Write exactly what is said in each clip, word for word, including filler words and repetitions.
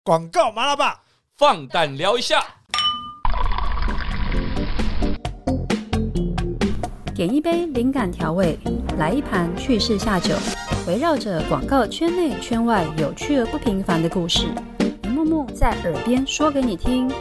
广告麻辣吧， 放胆聊一下。 点一杯灵感调味，来一盘趣事下酒，围绕着广告圈内圈外有趣而不平凡的故事，一幕幕在耳边说给你听。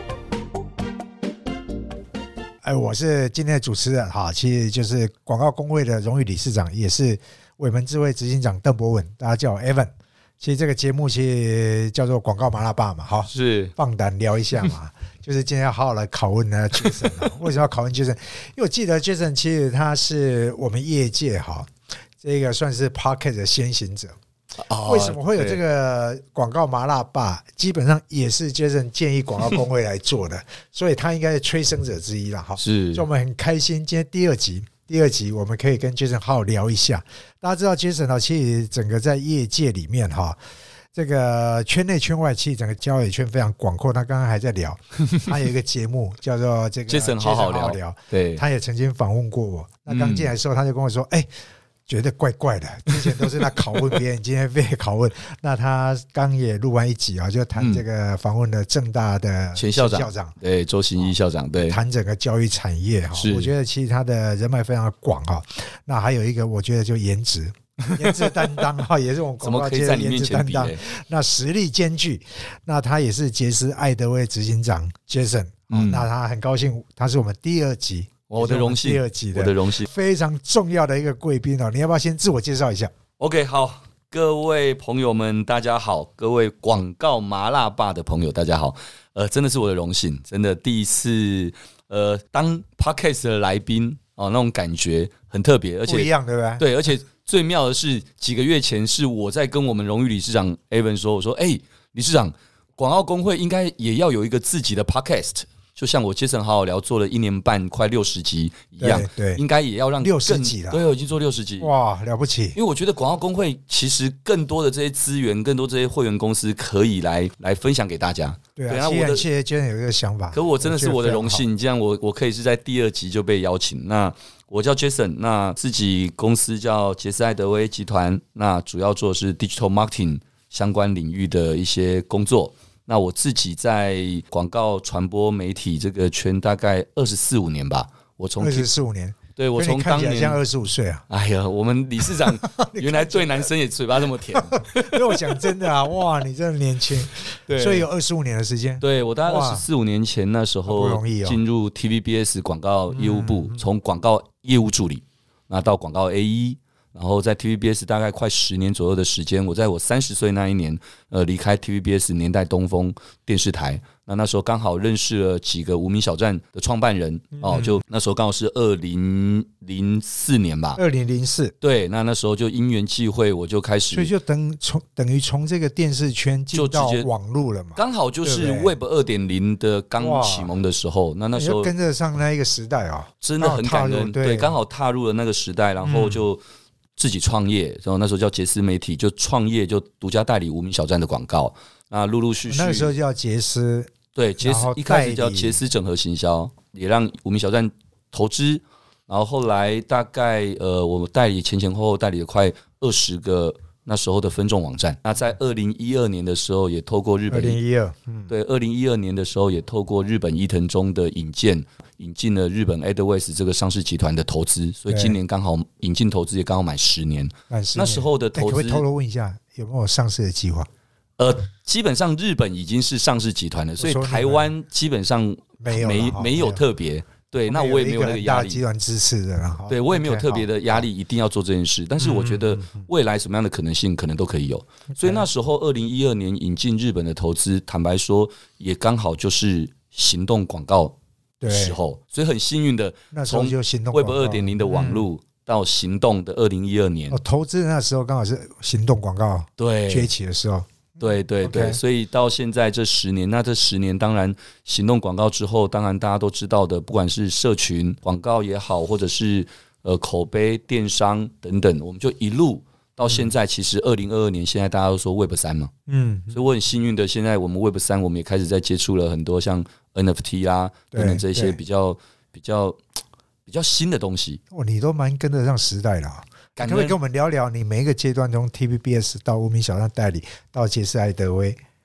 哎，我是今天的主持人哈，其实就是广告工会的荣誉理事长，也是伟门智慧执行长邓博文，大家叫我 Evan。其实这个节目其实叫做广告麻辣吧嘛，哈，是放胆聊一下嘛。就是今天要好好来拷问呢 Jason 啊，为什么要拷问 Jason？ 因为我记得 Jason 其实他是我们业界哈，这个算是 Podcast 的先行者。哦、为什么会有这个广告麻辣吧？基本上也是 Jason 建议广告工会来做的，所以他应该是催生者之一了哈。是，所以我们很开心，今天第二集。第二集我们可以跟 Jason 好好聊一下。大家知道 Jason 其实整个在业界里面哈，这个圈内圈外其实整个交友圈非常广阔。他刚刚还在聊，他有一个节目叫做这个 Jason 好好聊， 对，他也曾经访问过我。那刚进来的时候他就跟我说，哎、欸。觉得怪怪的，之前都是他拷问别人，今天被拷问。那他刚也录完一集啊，就谈这个访问了政大的前校长， 校长对周行一校长，对， 谈整个教育产业哈。我觉得其实他的人脉非常的广哈。那还有一个，我觉得就颜值，颜值担当哈，也是我们广告界的颜值担当。那实力兼具，那他也是杰斯艾德威执行长 Jason，嗯，那他很高兴，他是我们第二集。 我的荣幸， 第二集的我的荣幸， 非常重要的一个贵宾哦！你要不要先自我介绍一下 ？OK， 好，各位朋友们，大家好，各位广告麻辣吧的朋友，大家好。呃，真的是我的荣幸，真的第一次呃当 Podcast 的来宾哦，那种感觉很特别，而且不一样，对不对？ 对，而且最妙的是，几个月前是我在跟我们荣誉理事长 Evan 说，我说，哎、欸，理事长，广告工会应该也要有一个自己的 Podcast。就像我 Jason 好好聊做了一年半，快六十集一样，对，对应该也要让六十集了。 对，我已经做六十集， 哇，了不起！ 因为我觉得广告工会其实更多的这些资源，更多这些会员公司可以来来分享给大家。 对啊，谢谢谢谢 Jason 有一个想法。 可我真的是我的荣幸，这样我我可以是在第二集就被邀请。那我叫 Jason， 那自己公司叫杰斯艾德威集团，那主要做的是 digital marketing 相关领域的一些工作。那我自己在广告传播媒体这个圈大概二十四五年吧，我从二十四五年， 对我从当年像二十五岁啊！ 哎呀，我们理事长原来对男生也嘴巴这么甜。 因为我讲真的啊，哇，你真的年轻，对，所以有二十五年的时间。 对我大概二十四五年前那时候进入 T V B S 广告业务部，从广告业务助理，那到广告 A E。然后在 T V B S 大概快十年左右的时间，我在我三十岁那一年，呃，离开 T V B S 年代东风电视台。那那时候刚好认识了几个无名小站的创办人，哦，就那时候刚好是二零零四年吧。 二零零四， 对，那那时候就因缘际会，我就开始， 所以就等从等于从这个电视圈进到网路了嘛。 刚好就是 Web 二点零 的刚启蒙的时候，那那时候跟得上那一个时代啊， 真的很感人。对，刚好踏入了那个时代，然后就。自己创业，然后那时候叫杰斯媒体，就创业就独家代理无名小站的广告。那陆陆续续， 那个时候叫杰斯， 对，杰斯一开始叫杰斯整合行销，也让无名小站投资。然后后来大概呃，我们代理前前后后代理了快二十个那时候的分众网站。那在二零一二年的时候，也透过日本二零一二， 对，二零一二年的时候也透过日本伊藤忠的引荐。引进了日本 Adways 这个上市集团的投资，所以今年刚好引进投资也刚好满十年。那时候的投资， 可不可以透露问一下有没有上市的计划？ 呃，基本上日本已经是上市集团了，所以台湾基本上没没没有特别。对，那我也没有那个压力。 集团支持的， 对我也没有特别的压力，一定要做这件事。但是我觉得未来什么样的可能性，可能都可以有。所以那时候二零一二年引进日本的投资，坦白说也刚好就是行动广告。时候，所以很幸运的，从 Web 二点零 的网路到行动的二零一二年， 哦，投资那时候刚好是行动广告对崛起的时候， 对对对， okay. 所以到现在这十年，那这十年当然行动广告之后，当然大家都知道的，不管是社群广告也好，或者是呃口碑电商等等，我们就一路到现在。其实二零二二年，现在大家都说 Web 三嘛，嗯，所以我很幸运的，现在我们 Web 三，我们也开始在接触了很多像 N F T 啊等等这些比较比较比较新的东西。 哦，你都蛮跟得上时代了啊。可不可以跟我们聊聊你每一个阶段，从 T V B S 到无名小站代理到杰斯艾德威，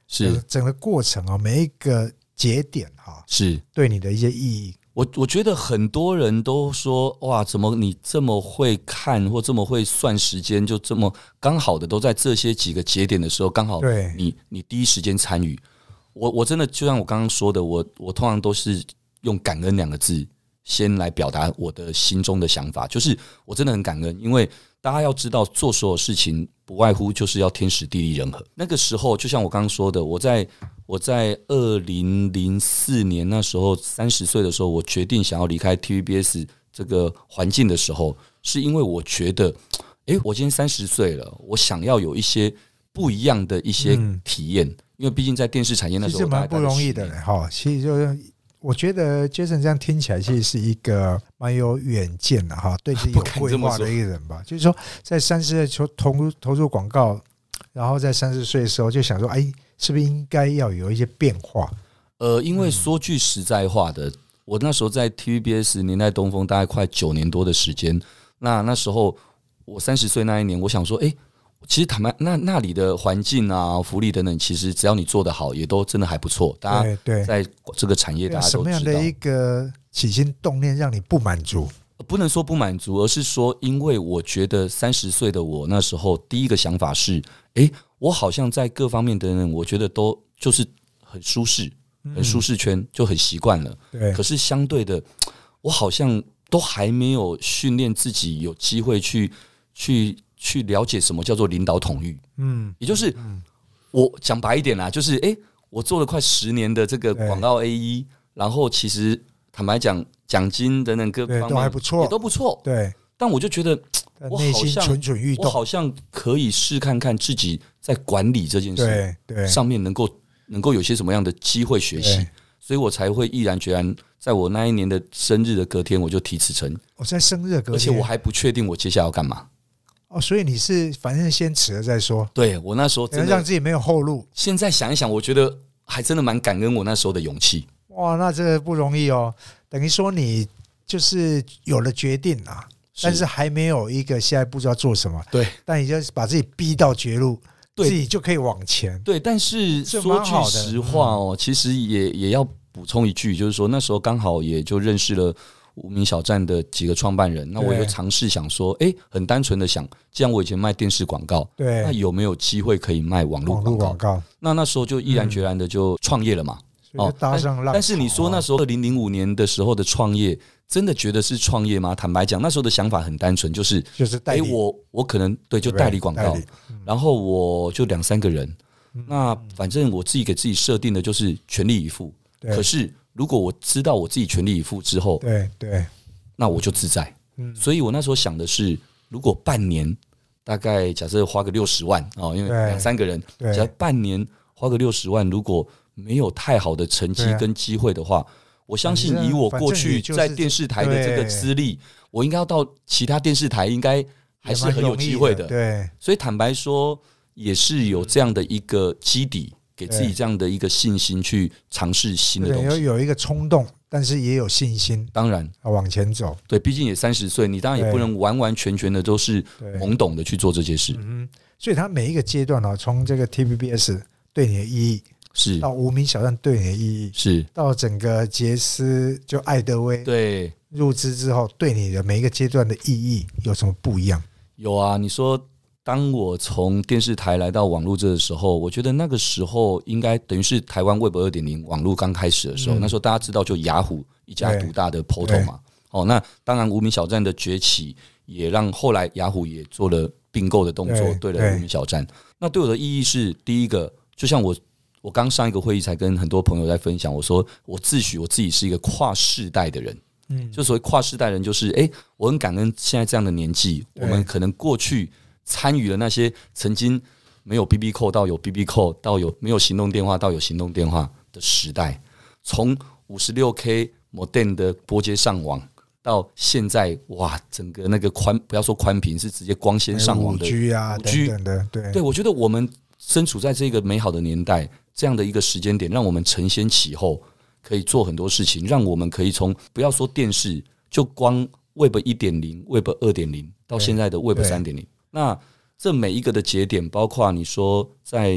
是整个过程啊，每一个节点哈， 是对你的一些意义。 我我觉得很多人都说哇，怎么你这么会看或这么会算时间，就这么刚好的都在这些几个节点的时候，刚好你你第一时间参与。我我真的就像我刚刚说的，我我通常都是用感恩两个字先来表达我的心中的想法，就是我真的很感恩，因为大家要知道，做所有事情不外乎就是要天时地利人和。那个时候，就像我刚刚说的，我在我在二零零四年那时候三十岁的时候，我决定想要离开 T V B S 这个环境的时候，是因为我觉得，哎，我今天三十岁了，我想要有一些不一样的一些体验。嗯，因为毕竟在电视产业那时候蛮不容易的哈。其实就是我觉得 Jason 这样听起来其实是一个蛮有远见的哈，对自己有规划的一个人吧。就是说，在三十岁投入投入广告，然后在三十岁的时候就想说，哎，是不是应该要有一些变化？ 呃，因为说句实在话的，我那时候在 T V B S 年代东风大概快九年多的时间。那那时候我三十岁那一年，我想说，哎。其实坦白，那那里的环境啊、福利等等，其实只要你做得好，也都真的还不错。大家在这个产业，大家都知道。什么样的一个起心动念让你不满足？ 不能说不满足，而是说，因为我觉得三十岁的我那时候第一个想法是，哎，我好像在各方面的人，我觉得都就是很舒适，很舒适圈，就很习惯了。 对。 可是相对的，我好像都还没有训练自己有机会去去。去了解什么叫做领导统御，嗯，也就是我讲白一点啦，就是哎、欸，我做了快十年的这个广告 A E， 然后其实坦白讲，奖金等等各方面都还不错， 也都不错， 对。 但我就觉得我好像蠢蠢欲动， 我好像可以试看看自己在管理这件事上面能够能够有些什么样的机会学习，所以我才会毅然决然，在我那一年的生日的隔天，我就提辞呈。 我在生日的隔天， 而且我还不确定我接下来要干嘛。 哦，所以你是反正先辞了再说。 对，我那时候真的让自己没有后路。 现在想一想，我觉得还真的蛮感恩我那时候的勇气。 哇，那这个不容易哦。等于说你就是有了决定啊，但是还没有一个下一步要做什么。 对， 但你就把自己逼到绝路，自己就可以往前。 对，但是说句实话哦，其实也也要补充一句，就是说那时候刚好也就认识了无名小站的几个创办人，那我也尝试想说，哎、欸，很单纯的想，既然我以前卖电视广告， 对， 那有没有机会可以卖网络广告？ 广告那那时候就毅然决然的就创业了嘛。 嗯、哦，搭上浪潮。 但是你说那时候二零零五年的时候的创业，真的觉得是创业吗？坦白讲，那时候的想法很单纯，就是就是代理， 哎、欸，我我可能对就代理广告，嗯、然后我就两三个人，嗯、那反正我自己给自己设定的就是全力以赴。可是如果我知道我自己全力以赴之后， 对对， 那我就自在。嗯，所以我那时候想的是，如果半年大概假设花个六十万哦，因为两三个人，假设半年花个六十万，如果没有太好的成绩跟机会的话，我相信以我过去在电视台的这个资历，我应该要到其他电视台，应该还是很有机会的。 对， 所以坦白说，也是有这样的一个基底。给自己这样的一个信心去尝试新的东西， 有一个冲动，但是也有信心， 当然往前走。 对，毕竟也三十岁，你当然也不能完完全全的都是懵懂的去做这件事。 嗯，所以他每一个阶段呢，从这个 T V B S 对你的意义， 是到无名小站对你的意义， 是到整个杰斯就艾德威对入资之后，对你的每一个阶段的意义有什么不一样？ 有啊，你说。当我从电视台来到网络这的时候，我觉得那个时候应该等于是台湾 Web 二点零 网络刚开始的时候，嗯、那时候大家知道就雅虎一家独大的 Portal 嘛，哦，那当然无名小站的崛起也让后来雅虎也做了并购的动作，对了无名小站。那对我的意义是，第一个，就像我我刚上一个会议才跟很多朋友在分享，我说我自诩我自己是一个跨世代的人，嗯，就所谓跨世代人，就是哎、欸，我很感恩现在这样的年纪，我们可能过去。参与了那些曾经没有 B B 扣到有 B B 扣到有没有行动电话到有行动电话的时代，从 五十六K modem 的拨接上网到现在，哇，整个那个宽不要说宽频，是直接光纤上网的五 G 啊五 G 等等的，对对，我觉得我们身处在这个美好的年代，这样的一个时间点，让我们承先启后，可以做很多事情，让我们可以从不要说电视，就光 Web 一点零、Web 二点零到现在的 Web 三点零。那这每一个的节点，包括你说在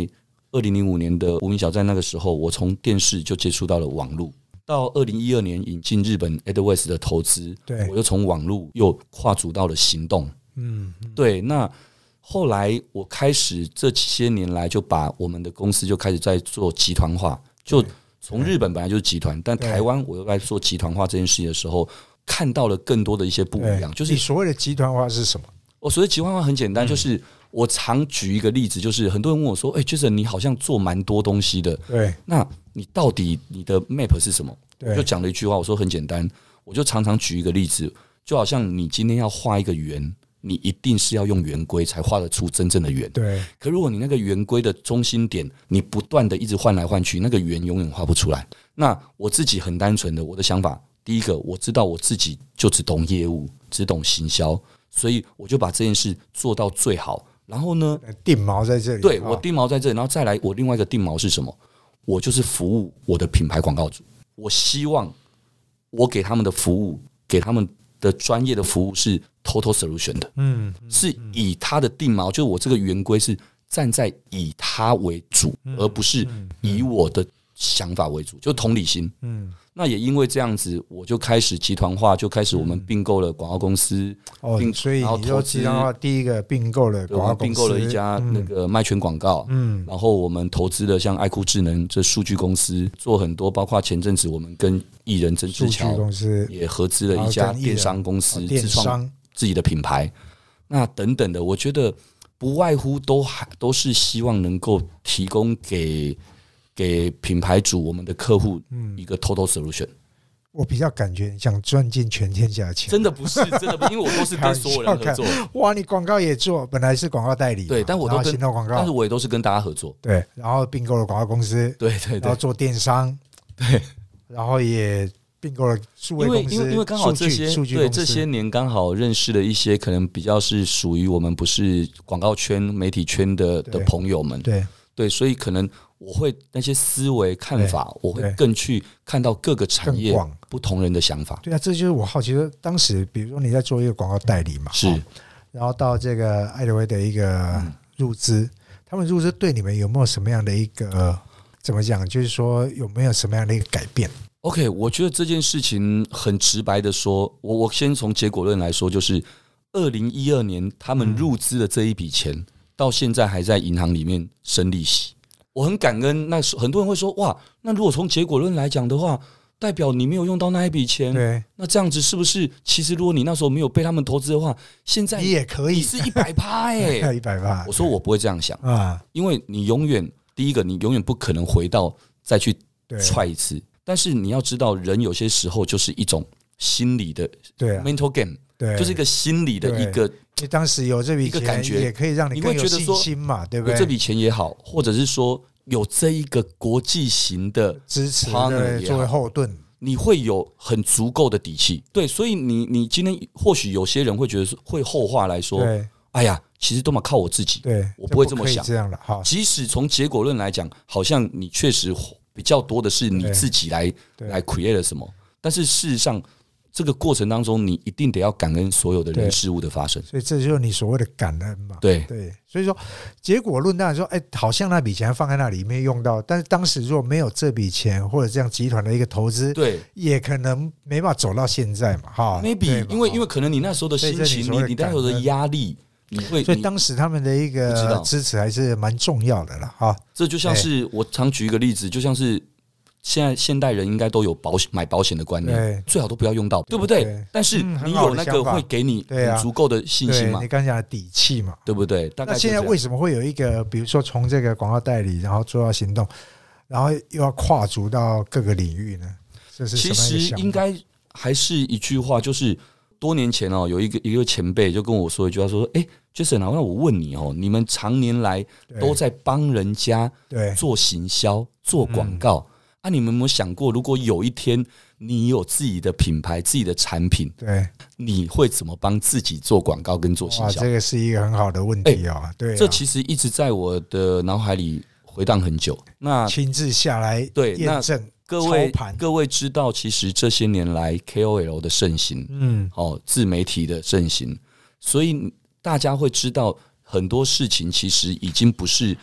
二零零五年的无名小站那个时候，我从电视就接触到了网络。到二零一二年引进日本 AdWords 的投资，我又从网络又跨足到了行动。嗯，对。那后来我开始这些年来就把我们的公司就开始在做集团化，就从日本本来就是集团，但台湾我又在做集团化这件事情的时候，看到了更多的一些不一样。就是你所谓的集团化是什么？ 我所谓集团化很简单，就是我常举一个例子，就是很多人问我说：“哎、欸、，Jason， 你好像做蛮多东西的， 对， 那你到底你的 map 是什么？”我就讲了一句话，我说很简单，我就常常举一个例子，就好像你今天要画一个圆，你一定是要用圆规才画得出真正的圆。 对。 可如果你那个圆规的中心点，你不断的一直换来换去，那个圆永远画不出来。那我自己很单纯的，我的想法，第一个，我知道我自己就只懂业务，只懂行销，所以我就把这件事做到最好。然后呢， 定锚在这里。 对，我定锚在这里，然后再来，我另外一个定锚是什么？我就是服务我的品牌广告主。我希望我给他们的服务，给他们的专业的服务是 total solution 的，嗯，是以他的定锚，就是我这个圆规是站在以他为主，而不是以我的想法为主，就同理心。嗯，那也因为这样子，我就开始集团化，就开始我们并购了广告公司。 哦，所以你说集团化第一个并购了广告公司， 并购了一家那个麦圈广告。嗯，然后我们投资了像爱酷智能这数据公司，做很多，包括前阵子我们跟艺人曾志乔公司也合资了一家电商公司，自创自己的品牌。那等等的，我觉得不外乎都还都是希望能够提供给。给品牌主我们的客户一个 total solution。 我比较感觉想赚尽全天下的钱， 真的不是，真的不是，因为我都是跟所有人合作。 哇，你广告也做，本来是广告代理， 对，但我都跟行动广告， 但是我也都是跟大家合作， 对，然后并购了广告公司， 对对对， 然后做电商， 对， 然后也并购了数位公司， 因为因为刚好这些对这些年刚好认识了一些可能比较是属于我们不是广告圈、媒体圈的的朋友们， 对对，所以可能。我会那些思维看法，我会更去看到各个产业不同人的想法。 对啊，这就是我好奇的。当时比如说你在做一个广告代理嘛， 是， 然后到这个艾德威的一个入资，嗯、他们入资对你们有没有什么样的一个怎么讲？就是说有没有什么样的一个改变 ？OK， 我觉得这件事情很直白的说，我我先从结果论来说，就是二零一二年他们入资的这一笔钱，嗯、到现在还在银行里面生利息。我很感恩，那很多人会说，哇，那如果从结果论来讲的话，代表你没有用到那一笔钱， 对， 那这样子是不是？其实如果你那时候没有被他们投资的话，现在你也可以， 你是一百趴哎， 一百趴。 我说我不会这样想啊，因为你永远第一个，你永远不可能回到再去踹一次。但是你要知道，人有些时候就是一种心理的， 对 ，mental game， 对， 就是一个心理的一个。 你当时有这笔钱，也可以让你更有信心嘛，对不对？ 有这笔钱也好，或者是说有这一个国际型的支持作为后盾， 你会有很足够的底气。对，所以你你今天或许有些人会觉得会后话来说，哎呀，其实都嘛靠我自己。 对， 我不会这么想。 这样了哈。 即使从结果论来讲，好像你确实比较多的是你自己来来 create 了什么，但是事实上。这个过程当中，你一定得要感恩所有的人事物的发生， 所以这就是你所谓的感恩嘛。 对对，所以说结果论当然说，哎，好像那笔钱放在那里没用到，但是当时如果没有这笔钱或者这样集团的一个投资， 对， 也可能没办法走到现在嘛。哈 ，maybe 因为因为可能你那时候的心情，你你那时候的压力，你会， 所以当时他们的一个支持还是蛮重要的啦。哈， 这就像是我常举一个例子，就像是。现在现代人应该都有保险买保险的观念，最好都不要用到，对不对？对但是你有那个会给你很足够的信心嘛？ 你刚讲的底气嘛， 对不对？大概那现在为什么会有一个，比如说从这个广告代理，然后做到行动，然后又要跨足到各个领域呢？这是什么样的想法？ 其实应该还是一句话，就是多年前哦，有一个一个前辈就跟我说一句话，说：“哎 ，Jason 啊，那我问你哦，你们常年来都在帮人家做行销、做广告。嗯”啊，你们有没有想过，如果有一天你有自己的品牌、自己的产品， 对， 你会怎么帮自己做广告跟做行销？ 这个是一个很好的问题啊、欸！对啊， 这其实一直在我的脑海里回荡很久。那亲自下来对验证， 各位各位知道，其实这些年来 K O L 的盛行，嗯，哦，自媒体的盛行，所以大家会知道很多事情其实已经不是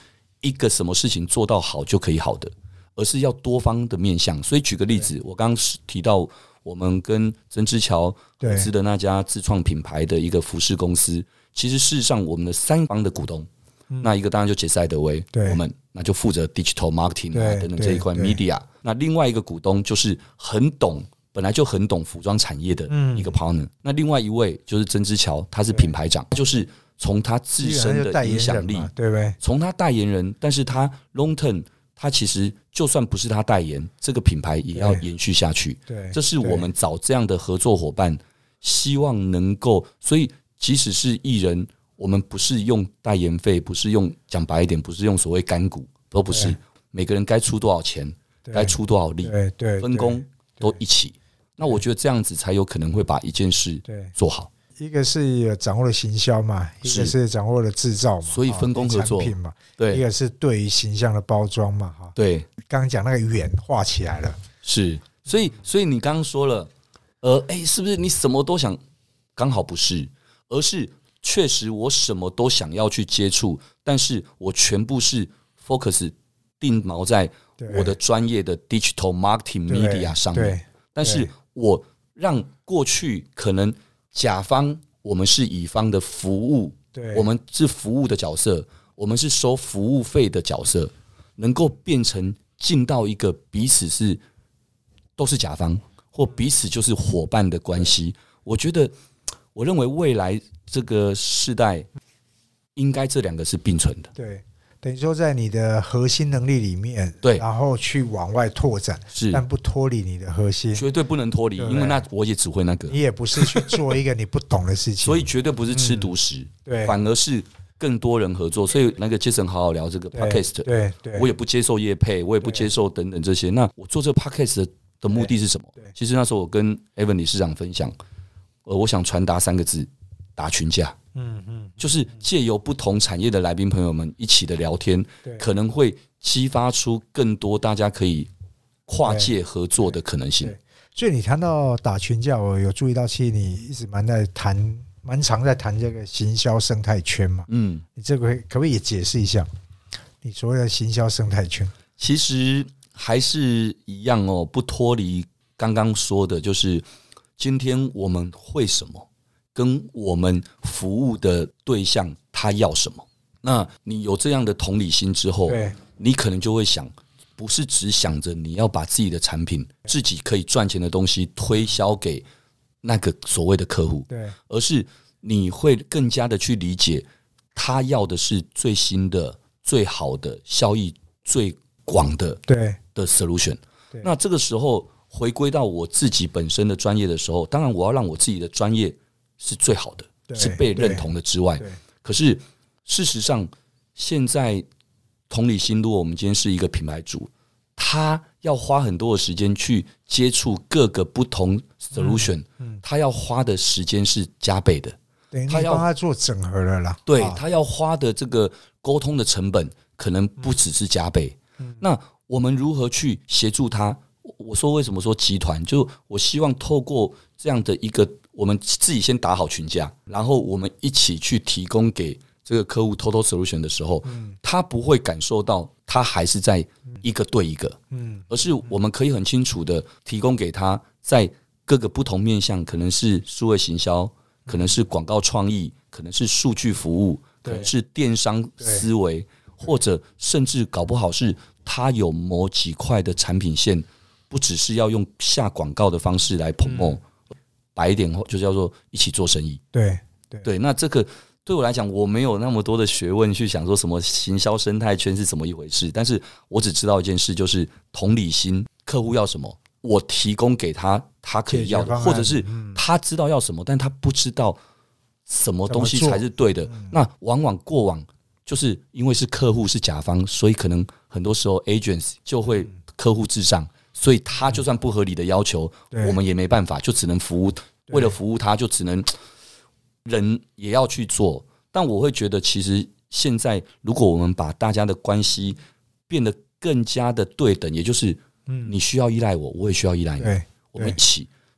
一个什么事情做到好就可以好的，而是要多方的面向。所以举个例子，我刚刚提到我们跟曾之乔合资的那家自创品牌的一个服饰公司，其实事实上我们的三方的股东，嗯、那一个当然就杰斯艾德威，我们那就负责 digital marketing 啊等等这一块 media， 那另外一个股东就是很懂。本来就很懂服装产业的一个 partner，、嗯、那另外一位就是曾之乔，他是品牌长，就是从他自身的影响力， 对不对？ 从他代言人，但是他 long term， 他其实就算不是他代言，这个品牌也要延续下去。 对， 这是我们找这样的合作伙伴，希望能够，所以即使是艺人，我们不是用代言费，不是用讲白一点，不是用所谓干股，都不是，每个人该出多少钱，该出多少力， 对对， 分工都一起。那我觉得这样子才有可能会把一件事做好。 一个是掌握了行销嘛，一个是掌握了制造嘛， 所以分工合作产品嘛， 对， 一个是对于形象的包装嘛，哈， 对。 刚刚讲那个圆画起来了， 是，所以所以你刚刚说了，呃，哎、欸，是不是你什么都想？刚好不是，而是确实我什么都想要去接触，但是我全部是 focus 定锚在我的专业的 digital marketing media 上面，但是我让过去可能甲方我们是乙方的服务，我们是服务的角色，我们是收服务费的角色，能够变成进到一个彼此是都是甲方，或彼此就是伙伴的关系。我觉得，我认为未来这个世代应该这两个是并存的。 对。等于说，在你的核心能力里面， 对， 然后去往外拓展， 是， 但不脱离你的核心， 绝对不能脱离，因为那我也只会那个， 你也不是去做一个你不懂的事情， 所以绝对不是吃独食，嗯、 对， 反而是更多人合作。所以那个Jason好好聊这个 podcast， 对 对, 对， 我也不接受业配，我也不接受等等这些。那我做这个 podcast 的, 的目的是什么？其实那时候我跟 Evan 理事长分享，呃，我想传达三个字：打群架。嗯嗯，就是借由不同产业的来宾朋友们一起的聊天，可能会激发出更多大家可以跨界合作的可能性。 所以你谈到打群架，我有注意到，其实你一直蛮在谈，蛮常在谈这个行销生态圈嘛。嗯，你这个可不可以也解释一下你所谓的行销生态圈？ 其实还是一样哦，不脱离刚刚说的，就是今天我们会什么。跟我们服务的对象他要什么？那你有这样的同理心之后，你可能就会想，不是只想着你要把自己的产品、自己可以赚钱的东西推销给那个所谓的客户，对，而是你会更加的去理解，他要的是最新的、最好的、效益最广的对的 solution。那这个时候回归到我自己本身的专业的时候，当然我要让我自己的专业是最好的，是被认同的之外，可是事实上，现在同理心，如果我们今天是一个品牌主，他要花很多的时间去接触各个不同 solution，嗯嗯、他要花的时间是加倍的。 他要帮他做整合了啦， 对，他要花的这个沟通的成本可能不只是加倍。嗯、那我们如何去协助他？我说为什么说集团？就我希望透过这样的一个，我们自己先打好群架，然后我们一起去提供给这个客户 total solution 的时候，嗯、他不会感受到他还是在一个对一个，嗯、而是我们可以很清楚的提供给他，在各个不同面向，可能是数位行销，可能是广告创意，可能是数据服务，可能是电商思维，或者甚至搞不好是他有某几块的产品线。不只是要用下广告的方式来 promote， 嗯、白一点就叫做一起做生意。 对对, 对，那这个对我来讲，我没有那么多的学问去想说什么行销生态圈是怎么一回事，但是我只知道一件事，就是同理心，客户要什么，我提供给他他可以要的，或者是他知道要什么，但他不知道什么东西才是对的。那往往过往就是因为是客户是甲方，所以可能很多时候 agents 就会客户至上。所以他就算不合理的要求，我们也没办法，就只能服务。为了服务他，就只能人也要去做。但我会觉得，其实现在如果我们把大家的关系变得更加的对等，也就是你需要依赖我，我也需要依赖你，我们一起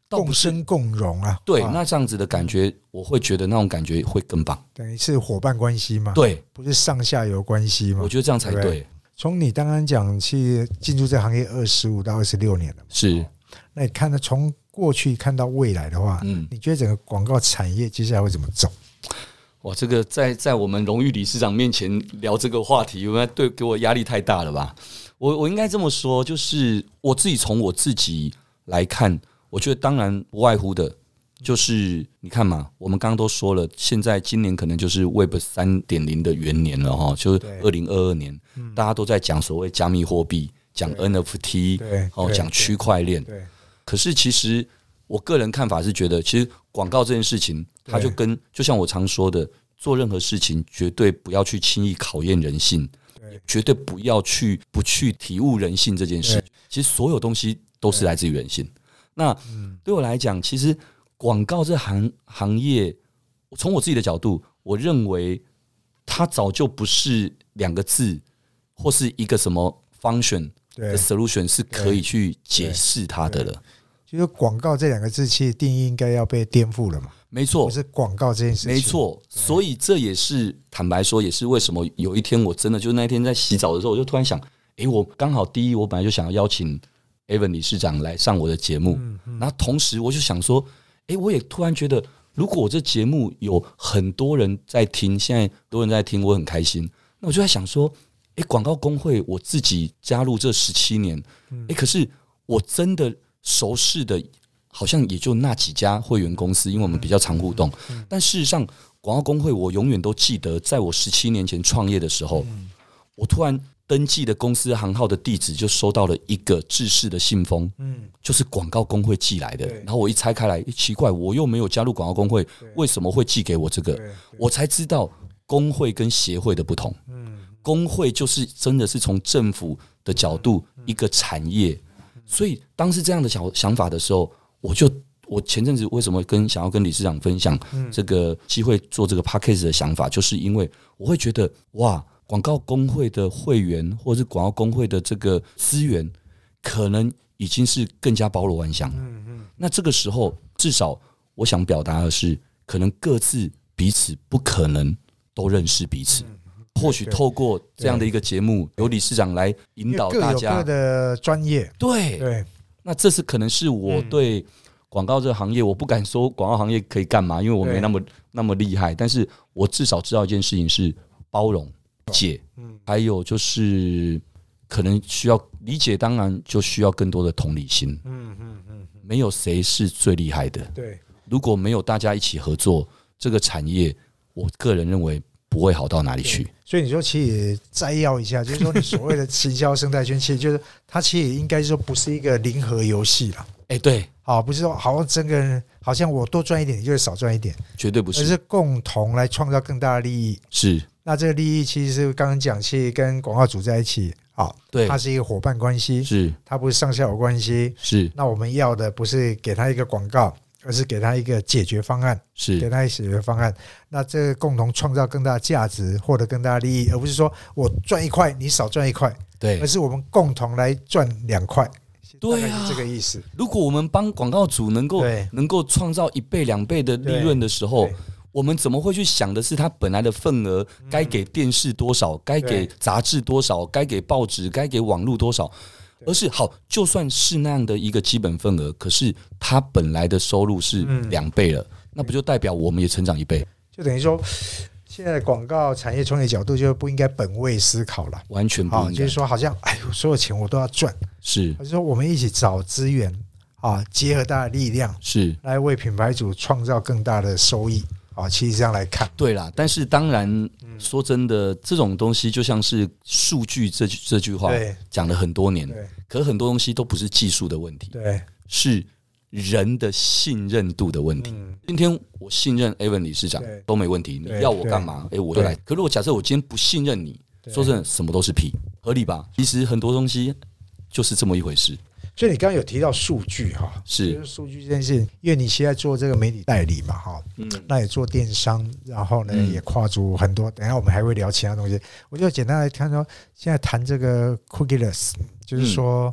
共生共荣啊。 对， 啊那这样子的感觉，我会觉得那种感觉会更棒。 等于是伙伴关系嘛？ 对， 不是上下游关系嘛？ 我觉得这样才对。对从你刚刚讲去进入这行业二十五到二十六年了， 是。 那你看到从过去看到未来的话，嗯，你觉得整个广告产业接下来会怎么走？ 哇，这个在在我们荣誉理事长面前聊这个话题，因为对给我压力太大了吧？我我应该这么说，就是我自己从我自己来看，我觉得当然不外乎的，就是你看嘛，我们刚刚都说了，现在今年可能就是 Web 三点零 的元年了哈，就是二零二二年，大家都在讲所谓加密货币，讲 N F T， 哦，讲区块链。可是其实我个人看法是觉得，其实广告这件事情，它就跟就像我常说的，做任何事情绝对不要去轻易考验人性，绝对不要去不去体悟人性这件事。其实所有东西都是来自于人性。那对我来讲，其实广告这行行业，从我自己的角度，我认为它早就不是两个字或是一个什么 function 的 solution 是可以去解释它的了。 就是广告这两个字，其实定义应该要被颠覆了嘛？ 没错， 不是广告这件事情。 没错，所以这也是坦白说，也是为什么有一天我真的就那一天在洗澡的时候，我就突然想，哎，我刚好第一，我本来就想要邀请 Evan 理事长来上我的节目，嗯嗯、然后同时我就想说，哎，我也突然觉得，如果我这节目有很多人在听，现在很多人在听，我很开心。那我就在想说，哎，广告工会我自己加入这十七年，哎，可是我真的熟识的。好像也就那几家会员公司，因为我们比较常互动。但事实上，广告工会我永远都记得，在我十七年前创业的时候，我突然登记的公司行号的地址就收到了一个制式的信封，就是广告工会寄来的。然后我一拆开来，奇怪，我又没有加入广告工会，为什么会寄给我这个？我才知道工会跟协会的不同。工会就是真的是从政府的角度一个产业，所以当时这样的想想法的时候。我就我前阵子为什么跟想要跟理事长分享这个机会做这个 podcast 的想法，就是因为我会觉得哇，广告工会的会员或者是广告工会的这个资源，可能已经是更加包罗万象。那这个时候，至少我想表达的是，可能各自彼此不可能都认识彼此。或许透过这样的一个节目，由理事长来引导大家， 各有各的专业。 对对。那这是可能是我对广告这个行业，我不敢说广告行业可以干嘛，因为我没那么那么厉害，但是我至少知道一件事情是包容、理解，还有就是可能需要理解，当然就需要更多的同理心。嗯嗯嗯，没有谁是最厉害的。对，如果没有大家一起合作，这个产业，我个人认为不会好到哪里去。 所以你说，其实摘要一下，就是说，你所谓的行销生态圈，其实就是它其实应该说不是一个零和游戏了。 哎，对， 好，不是说好像整个人好像我多赚一点，你就会少赚一点， 绝对不是， 而是共同来创造更大的利益。 是， 那这个利益其实是刚刚讲，其实跟广告组在一起，好，对，它是一个伙伴关系， 是， 它不是上下游关系， 是。 那我们要的不是给他一个广告。而是给他一个解决方案， 是给他一个解决方案。那这个共同创造更大的价值，获得更大的利益，而不是说我赚一块，你少赚一块， 对， 而是我们共同来赚两块。 对啊， 是这个意思。 如果我们帮广告主能够能够创造一倍、两倍的利润的时候，我们怎么会去想的是他本来的份额该给电视多少，该给杂志多少，该给报纸，该给网络多少？而是好，就算是那样的一个基本份额，可是他本来的收入是两倍了，嗯、那不就代表我们也成长一倍？ 就等于说，现在的广告产业从你的角度就不应该本位思考了， 完全不应该。 就是说，好像哎，所有钱我都要赚， 是， 而是说我们一起找资源啊，结合大家的力量， 是来为品牌主创造更大的收益。啊，其实这样来看， 对啦。但是当然，说真的，这种东西就像是数据这句这句话讲了很多年，可是很多东西都不是技术的问题， 对， 是人的信任度的问题。嗯、今天我信任 Evan 理事长都没问题，你要我干嘛？哎，我就来。可如果假设我今天不信任你，说真的，什么都是屁，合理吧？其实很多东西就是这么一回事。 所以你刚刚有提到数据哈， 是数据这件事，因为你现在做这个媒体代理嘛哈，嗯，那也做电商，然后呢、嗯、也跨足很多，等一下我们还会聊其他东西。我就简单来看说，现在谈这个 cookieless， 就是说、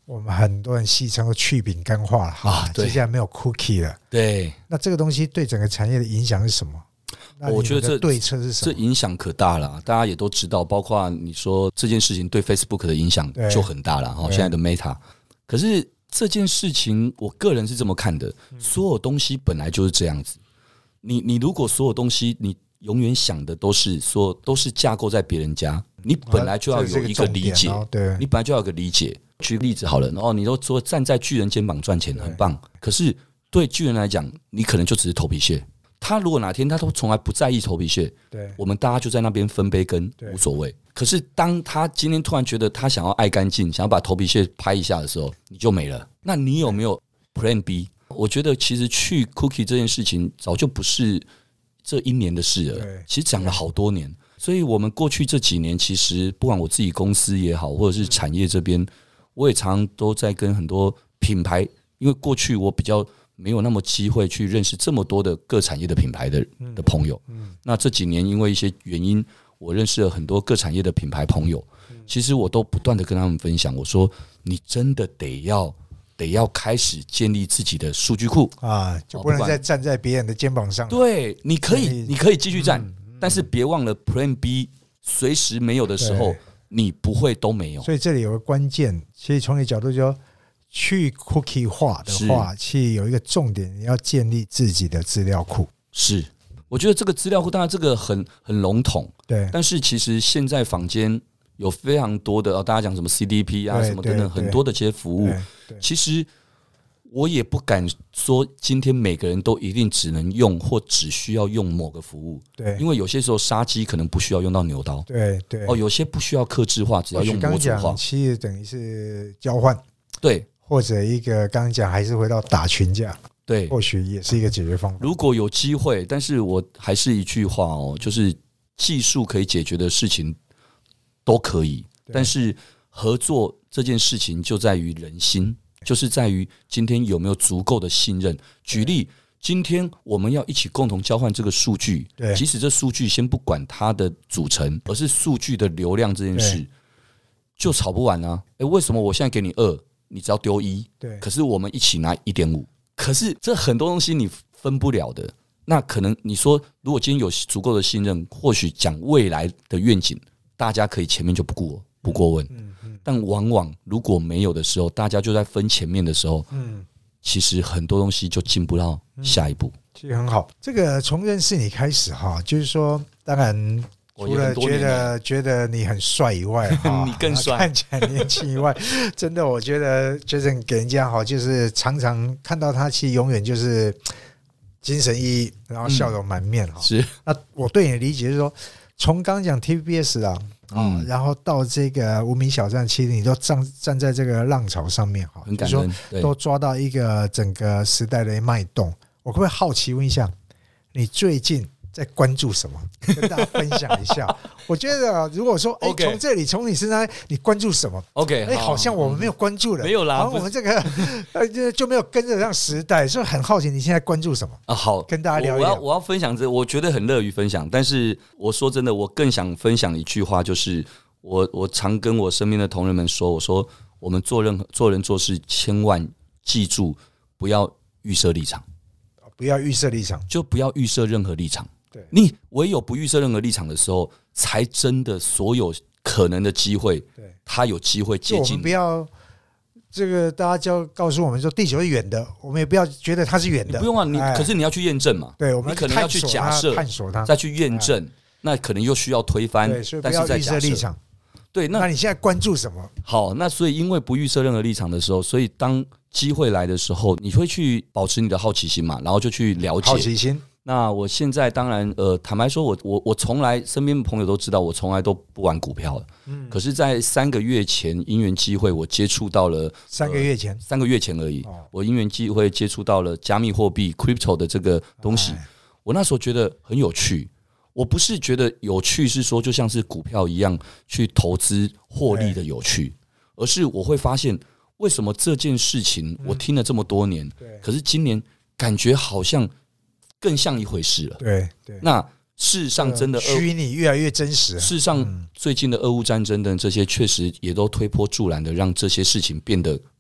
我们很多人戏称去饼干化了啊，接下来没有 cookie 了。 对， 那这个东西对整个产业的影响是什么？ 我觉得这对策是什么？ 这影响可大了，大家也都知道，包括你说这件事情对 Facebook 的影响就很大了哈。现在的 Meta， 可是这件事情我个人是这么看的，所有东西本来就是这样子。你你如果所有东西你永远想的都是说都是架构在别人家，你本来就要有一个理解， 啊、对， 你本来就要有个理解。举个例子好了，然后你都说站在巨人肩膀赚钱很棒，可是对巨人来讲，你可能就只是头皮屑。他如果哪天他都从来不在意头皮屑，对，我们大家就在那边分杯羹无所谓。可是当他今天突然觉得他想要爱干净，想要把头皮屑拍一下的时候，你就没了。那你有没有 Plan B？ 我觉得其实去 Cookie 这件事情早就不是这一年的事了，其实讲了好多年。所以我们过去这几年，其实不管我自己公司也好，或者是产业这边，我也常常都在跟很多品牌，因为过去我比较没有那么机会去认识这么多的各产业的品牌的的朋友。那这几年因为一些原因，我认识了很多各产业的品牌朋友。其实我都不断的跟他们分享，我说你真的得要得要开始建立自己的数据库啊，就不能再站在别人的肩膀上。 对，你可以你可以继续站，但是别忘了 Plan B， 随时没有的时候，你不会都没有。 所以这里有个关键，其实从你角度就。去 cookie 化的话，其实有一个重点，你要建立自己的资料库。 是，我觉得这个资料库当然这个很很笼统， 对。 但是其实现在坊间有非常多的，大家讲什么 C D P 啊，什么等等，很多的这些服务，其实我也不敢说今天每个人都一定只能用或只需要用某个服务，对。因为有些时候杀鸡可能不需要用到牛刀， 对对。 哦，有些不需要客制化，只要用模组化。 其实等于是交换， 对。 或者一个刚刚讲还是回到打群架， 对， 或许也是一个解决方法。 如果有机会，但是我还是一句话哦，就是技术可以解决的事情都可以，但是合作这件事情就在于人心，就是在于今天有没有足够的信任。举例，今天我们要一起共同交换这个数据，即使这数据先不管它的组成，而是数据的流量这件事，就吵不完啊！欸，为什么我现在给你二？你只要丢一，对，可是我们一起拿 一点五， 可是这很多东西你分不了的。那可能你说，如果今天有足够的信任，或许讲未来的愿景，大家可以前面就不顾不过问。嗯嗯，但往往如果没有的时候，大家就在分前面的时候，嗯，其实很多东西就进不到下一步。 嗯，其实很好，这个从认识你开始哈，就是说，当然。除了觉得觉得你很帅以外， 你更帅， 看起来年轻以外，真的我觉得Jason给人家好，就是常常看到他，其实永远就是精神奕奕，然后笑容满面哈。是，那我对你的理解是说，从刚刚讲 T V B S 啊，嗯，然后到这个无名小站，其实你都站站在这个浪潮上面哈， 很感恩， 就是说都抓到一个整个时代的脉动。我可不可以好奇问一下，你最近在关注什么？跟大家分享一下。我觉得如果说，哎，从、欸、这里从你身上，你关注什么 ？OK， 哎、欸，好像我们没有关注的， 没有啦。 然后我们这个呃就没有跟着上时代，所以很好奇你现在关注什么啊？好， 跟大家聊一聊。我要我要分享这，我觉得很乐于分享。但是我说真的，我更想分享一句话，就是我我常跟我身边的同仁们说，我说我们做任何做人做事，千万记住不要预设立场， 不要预设立场， 就不要预设任何立场。你唯有不预设任何立场的时候，才真的所有可能的机会，他有机会接近你。 我们不要这个，大家就告诉我们说地球是圆的，我们也不要觉得它是圆的。 你不用啊，你、哎、可是你要去验证嘛。 对，我们你可能要去假设、 探索它， 再去验证、哎，那可能又需要推翻。 对，所以不要预设立场。 对，那那你现在关注什么？ 好，那所以因为不预设任何立场的时候，所以当机会来的时候，你会去保持你的好奇心嘛，然后就去了解好奇心。 那我现在当然，呃，坦白说我，我我我从来身边的朋友都知道，我从来都不玩股票的。嗯。可是，在三个月前，因缘机会，我接触到了、呃、 三个月前， 三个月前而已。哦、我因缘机会接触到了加密货币 crypto 的这个东西，我那时候觉得很有趣。我不是觉得有趣是说就像是股票一样去投资获利的有趣，而是我会发现为什么这件事情我听了这么多年，嗯、可是今年感觉好像。更像一回事了。 对对， 那事实上真的虚拟越来越真实。 事实上，最近的俄乌战争等这些，确实也都推波助澜的，让这些事情变得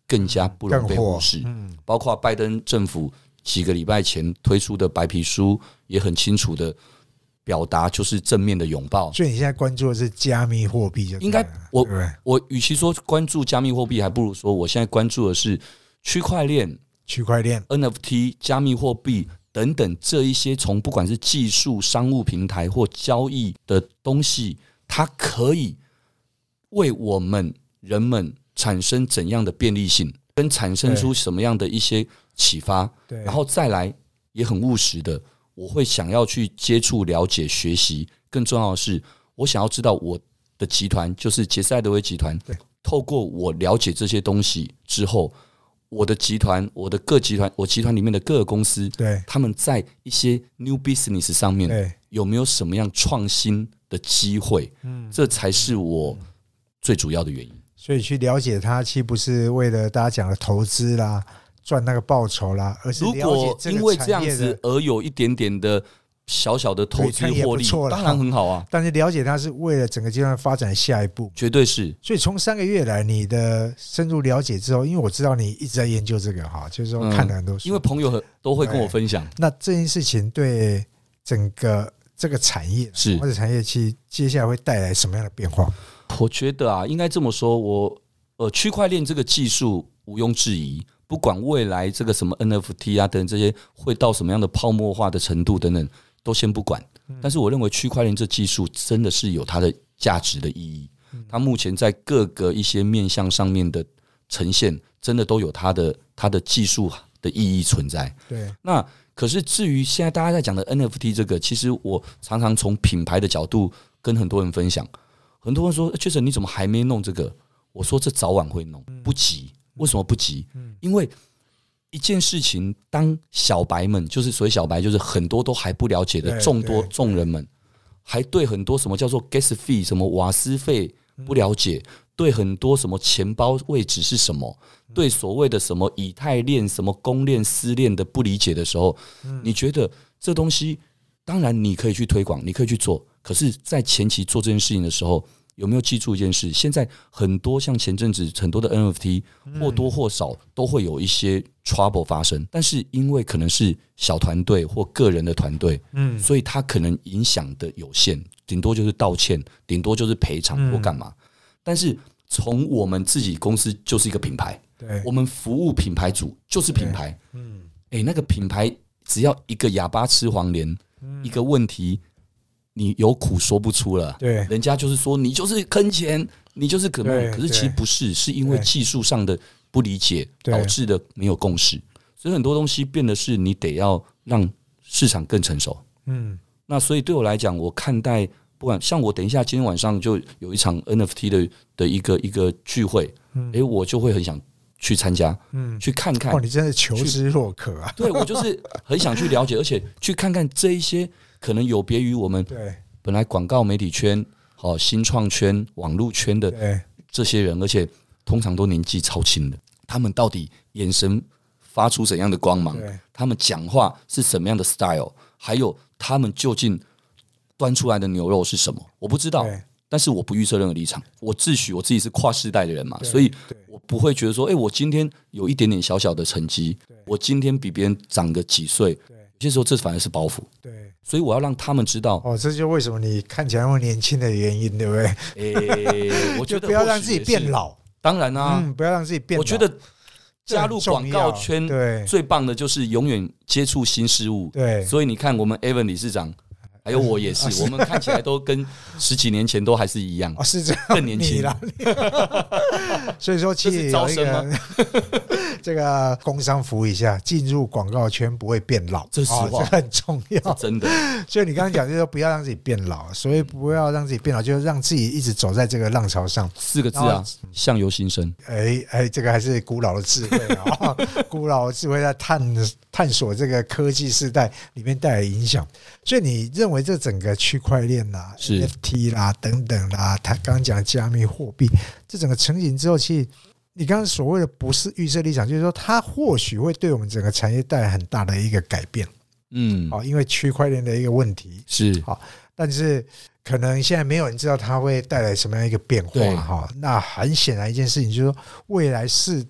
更加不容被忽视。 嗯， 包括拜登政府几个礼拜前推出的白皮书，也很清楚的表达就是正面的拥抱。 所以你现在关注的是加密货币就对了， 应该我对不对？ 我与其说关注加密货币，还不如说我现在关注的是区块链、 区块链、 N F T、加密货币等等这一些，从不管是技术、商务平台或交易的东西，它可以为我们人们产生怎样的便利性，跟产生出什么样的一些启发。 对， 然后再来也很务实的，我会想要去接触、了解、学习。更重要的是，我想要知道我的集团，就是杰斯艾德威集团，透过我了解这些东西之后，我的集团、我的各集团、我集团里面的各个公司， 对， 他们在一些 new business 上面有没有什么样创新的机会？嗯，这才是我最主要的原因。 所以去了解它，其实不是为了大家讲的投资啦、赚那个报酬啦，而是了解如果因为这样产业子而有一点点的小小的投资获利，当然很好啊。 但是了解它是为了整个阶段发展下一步， 绝对是。 所以从三个月来，你的深入了解之后，因为我知道你一直在研究这个哈，就是说看了很多书， 嗯、因为朋友都会跟我分享。 那这件事情对整个这个产业是或者产业期接下来会带来什么样的变化？ 我觉得啊，应该这么说，我呃，区块链这个技术毋庸置疑。不管未来这个什么 N F T 啊等等这些会到什么样的泡沫化的程度等等，都先不管。但是我认为区块链这技术真的是有它的价值的意义。它目前在各个一些面向上面的呈现，真的都有它的它的技术的意义存在。 对。 那可是至于现在大家在讲的 N F T 这个，其实我常常从品牌的角度跟很多人分享。很多人说：“Jason，你怎么还没弄这个？”我说：“这早晚会弄，不急。”为什么不急？因为一件事情，当小白们，就是所谓小白，就是很多都还不了解的众多众人们，还对很多什么叫做 gas fee 什么瓦斯费不了解，对很多什么钱包位置是什么，对所谓的什么以太链、什么公链、私链的不理解的时候，你觉得这东西，当然你可以去推广，你可以去做，可是，在前期做这件事情的时候，有没有记住一件事？现在很多像前阵子很多的 N F T 或多或少都会有一些 trouble 发生，但是因为可能是小团队或个人的团队，嗯，所以它可能影响的有限，顶多就是道歉，顶多就是赔偿或干嘛。但是从我们自己公司就是一个品牌，对，我们服务品牌主就是品牌，嗯，哎，那个品牌只要一个哑巴吃黄连，一个问题。你有苦说不出了，对，人家就是说你就是坑钱，你就是可能，可是其实不是，是因为技术上的不理解导致的没有共识，所以很多东西变得是你得要让市场更成熟。嗯，那所以对我来讲，我看待不管像我等一下今天晚上就有一场 N F T 的的一个一个聚会，哎、欸，我就会很想去参加，嗯，去看看。 哦，你真的求知若渴啊！ 对，我就是很想去了解，而且去看看这一些。可能有别于我们本来广告媒体圈、好新创圈、网络圈的这些人，而且通常都年纪超轻的，他们到底眼神发出怎样的光芒？他们讲话是什么样的 style？ 还有他们究竟端出来的牛肉是什么？我不知道，但是我不预设任何立场。我自诩我自己是跨世代的人嘛，所以我不会觉得说，哎、欸，我今天有一点点小小的成绩，我今天比别人长个几岁。有些时候这反而是包袱，对，所以我要让他们知道。 哦，这就为什么你看起来那么年轻的原因，对不对？ 欸、我觉得不要让自己变老。 当然啊， 嗯，不要让自己变老。 我觉得加入广告圈最棒的就是永远接触新事物。对，所以你看，我们 Evan 理事长。还有我也是，我们看起来都跟十几年前都还是一样， 哦，是这样， 更年轻了。所以说，其实有一个这个工商服务一下，进入广告圈不会变老， 这是实话， 这很重要， 真的。 所以你刚刚讲就是说，不要让自己变老，所以不要让自己变老，就是让自己一直走在这个浪潮上。 四个字啊，相由心生。 哎哎，这个还是古老的智慧啊，古老的智慧在探探索这个科技时代里面带来的影响。所以你认为这整个区块链啦、N F T 啦等等啦，他刚刚讲加密货币，这整个成型之后，其实你刚刚所谓的不是预设立场，就是说它或许会对我们整个产业带来很大的一个改变。嗯，好，因为区块链的一个问题是好，但是可能现在没有人知道它会带来什么样一个变化哈。那很显然一件事情就是说，未来世代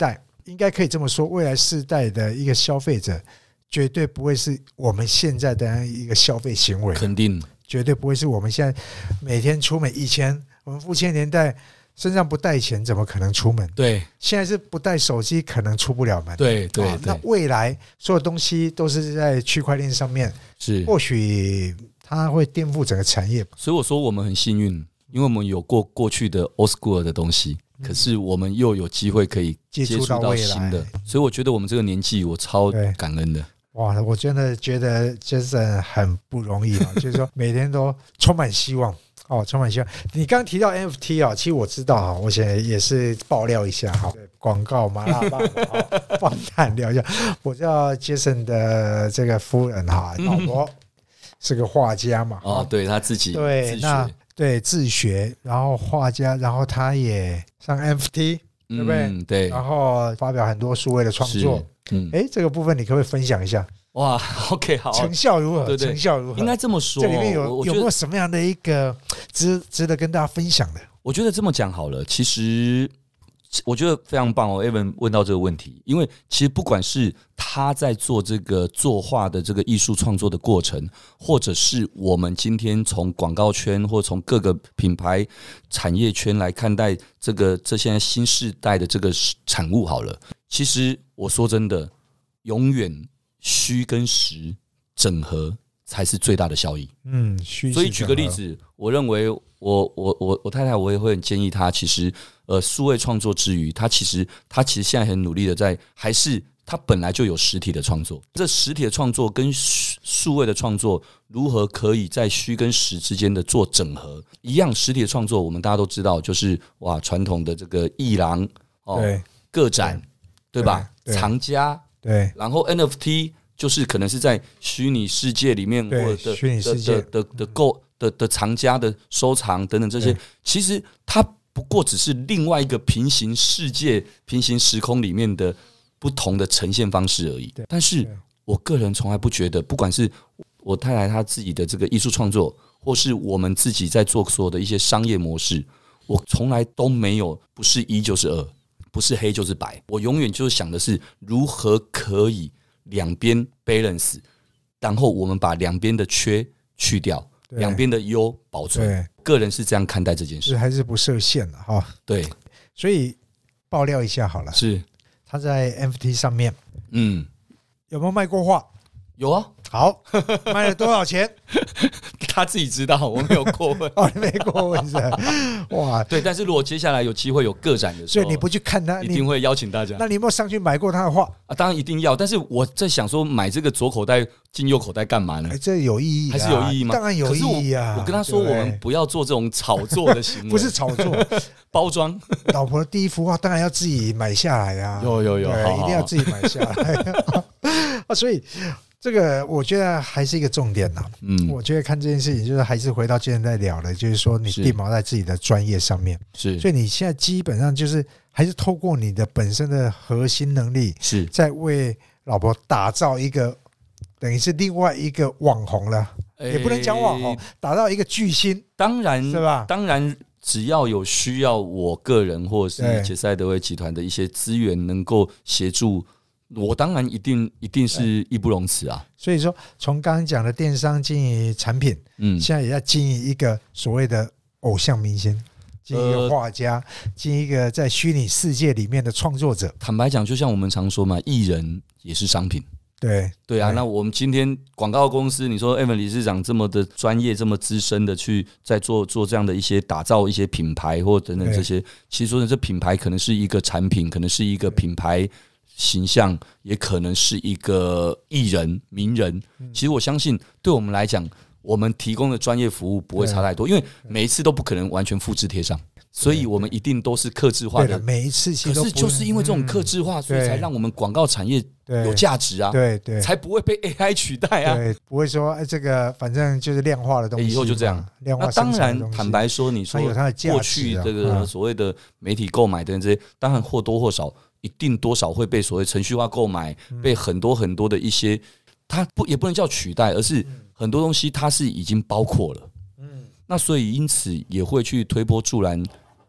应该可以这么说，未来世代的一个消费者绝对不会是我们现在的一个消费行为， 肯定绝对不会是我们现在每天出门。以前我们父亲年代身上不带钱怎么可能出门？ 对， 现在是不带手机可能出不了门。 对对、 啊、那未来所有东西都是在区块链上面， 是或许它会颠覆整个产业。 所以我说我们很幸运，因为我们有过过去的 old school 的东西，可是我们又有机会可以接触到新的，所以我觉得我们这个年纪我超感恩的。 哇，我真的觉得 Jason 很不容易啊，就是说每天都充满希望哦，充满希望。你刚刚提到 N F T 啊，其实我知道啊，我现在也是爆料一下哈，广告麻辣棒放胆聊一下。我知道 Jason 的这个夫人哈，老婆是个画家嘛， 哦，对他自己对那对自学，然后画家，然后他也上 N F T， 对不对？ 嗯，对， 然后发表很多数位的创作。嗯，哎，这个部分你可不可以分享一下？ 哇 ，OK， 好， 成效如何？ 对对， 成效如何？ 应该这么说， 这里面有有没有什么样的一个值值得跟大家分享的？ 我觉得这么讲好了，其实我觉得非常棒哦 ，Evan 问到这个问题，因为其实不管是他在做这个作画的这个艺术创作的过程，或者是我们今天从广告圈或从各个品牌产业圈来看待这个这现在新世代的这个产物好了。其实我说真的，永远虚跟实整合才是最大的效益。 嗯，虚。 所以举个例子，我认为我我我我太太我也会很建议她，其实呃数位创作之余，她其实她其实现在很努力的在，还是她本来就有实体的创作。这实体的创作跟数位的创作如何可以在虚跟实之间的做整合？一样，实体的创作我们大家都知道，就是哇传统的这个艺廊哦，个展。对吧？藏家对， 然后 N F T 就是可能是在虚拟世界里面或者的虚拟世界的的的购的的藏家的收藏等等这些，其实它不过只是另外一个平行世界、平行时空里面的不同的呈现方式而已。但是我个人从来不觉得，不管是我太太她自己的这个艺术创作，或是我们自己在做所有的一些商业模式，我从来都没有不是一就是二。不是黑就是白，我永远就是想的是如何可以两边 balance， 然后我们把两边的缺去掉，两边的优保存。个人是这样看待这件事， 还是不设限了哈。 对， 所以爆料一下好了， 是他在 N F T 上面， 嗯， 有没有卖过画？ 有啊。 好，卖了多少钱？ 他自己知道，我没有过问。 哦，你没过问是？哇， 对。但是如果接下来有机会有个展的时候， 所以你不去看他， 一定会邀请大家。 那你有没有上去买过他的画啊？当然一定要。但是我在想说，买这个左口袋进右口袋干嘛呢？ 欸、这有意义、啊， 还是有意义吗？ 当然有意义啊！ 我, 我跟他说，我们不要做这种炒作的行为， 不是炒作， 包装。 老婆的第一幅画当然要自己买下来啊！ 有有有，好好一定要自己买下来啊！所以。这个我觉得还是一个重点呐、啊。嗯，我觉得看这件事情，就是还是回到今天在聊的，就是说你定锚在自己的专业上面。 是， 所以你现在基本上就是还是透过你的本身的核心能力， 是在为老婆打造一个等于是另外一个网红了，欸、也不能讲网红，打造一个巨星。 当然， 是吧？ 当然，只要有需要，我个人或者是杰赛德威集团的一些资源能够协助。我当然一定一定是义不容辞啊！ 所以说，从刚刚讲的电商经营产品，嗯，现在也要经营一个所谓的偶像明星，经营一个画家，经营一个在虚拟世界里面的创作者。 坦白讲，就像我们常说嘛，艺人也是商品。 对对啊，那我们今天广告公司，你说 Evan 理事长这么的专业、这么资深的去在做做这样的一些打造一些品牌或等等这些，其实说的这品牌可能是一个产品，可能是一个品牌。形象也可能是一个艺人、名人。其实我相信，对我们来讲，我们提供的专业服务不会差太多，因为每一次都不可能完全复制贴上，所以我们一定都是客制化的。 每一次其实都可是就是因为这种客制化，所以才让我们广告产业有价值啊， 对对， 才不会被 A I 取代啊， 对，不会说哎这个反正就是量化的东西， 以后就这样。 量化那当然，坦白说，你说过去这个所谓的媒体购买的这些，当然或多或少。一定多少会被所谓程序化购买，被很多很多的一些，它不也不能叫取代，而是很多东西它是已经包括了。嗯，那所以因此也会去推波助澜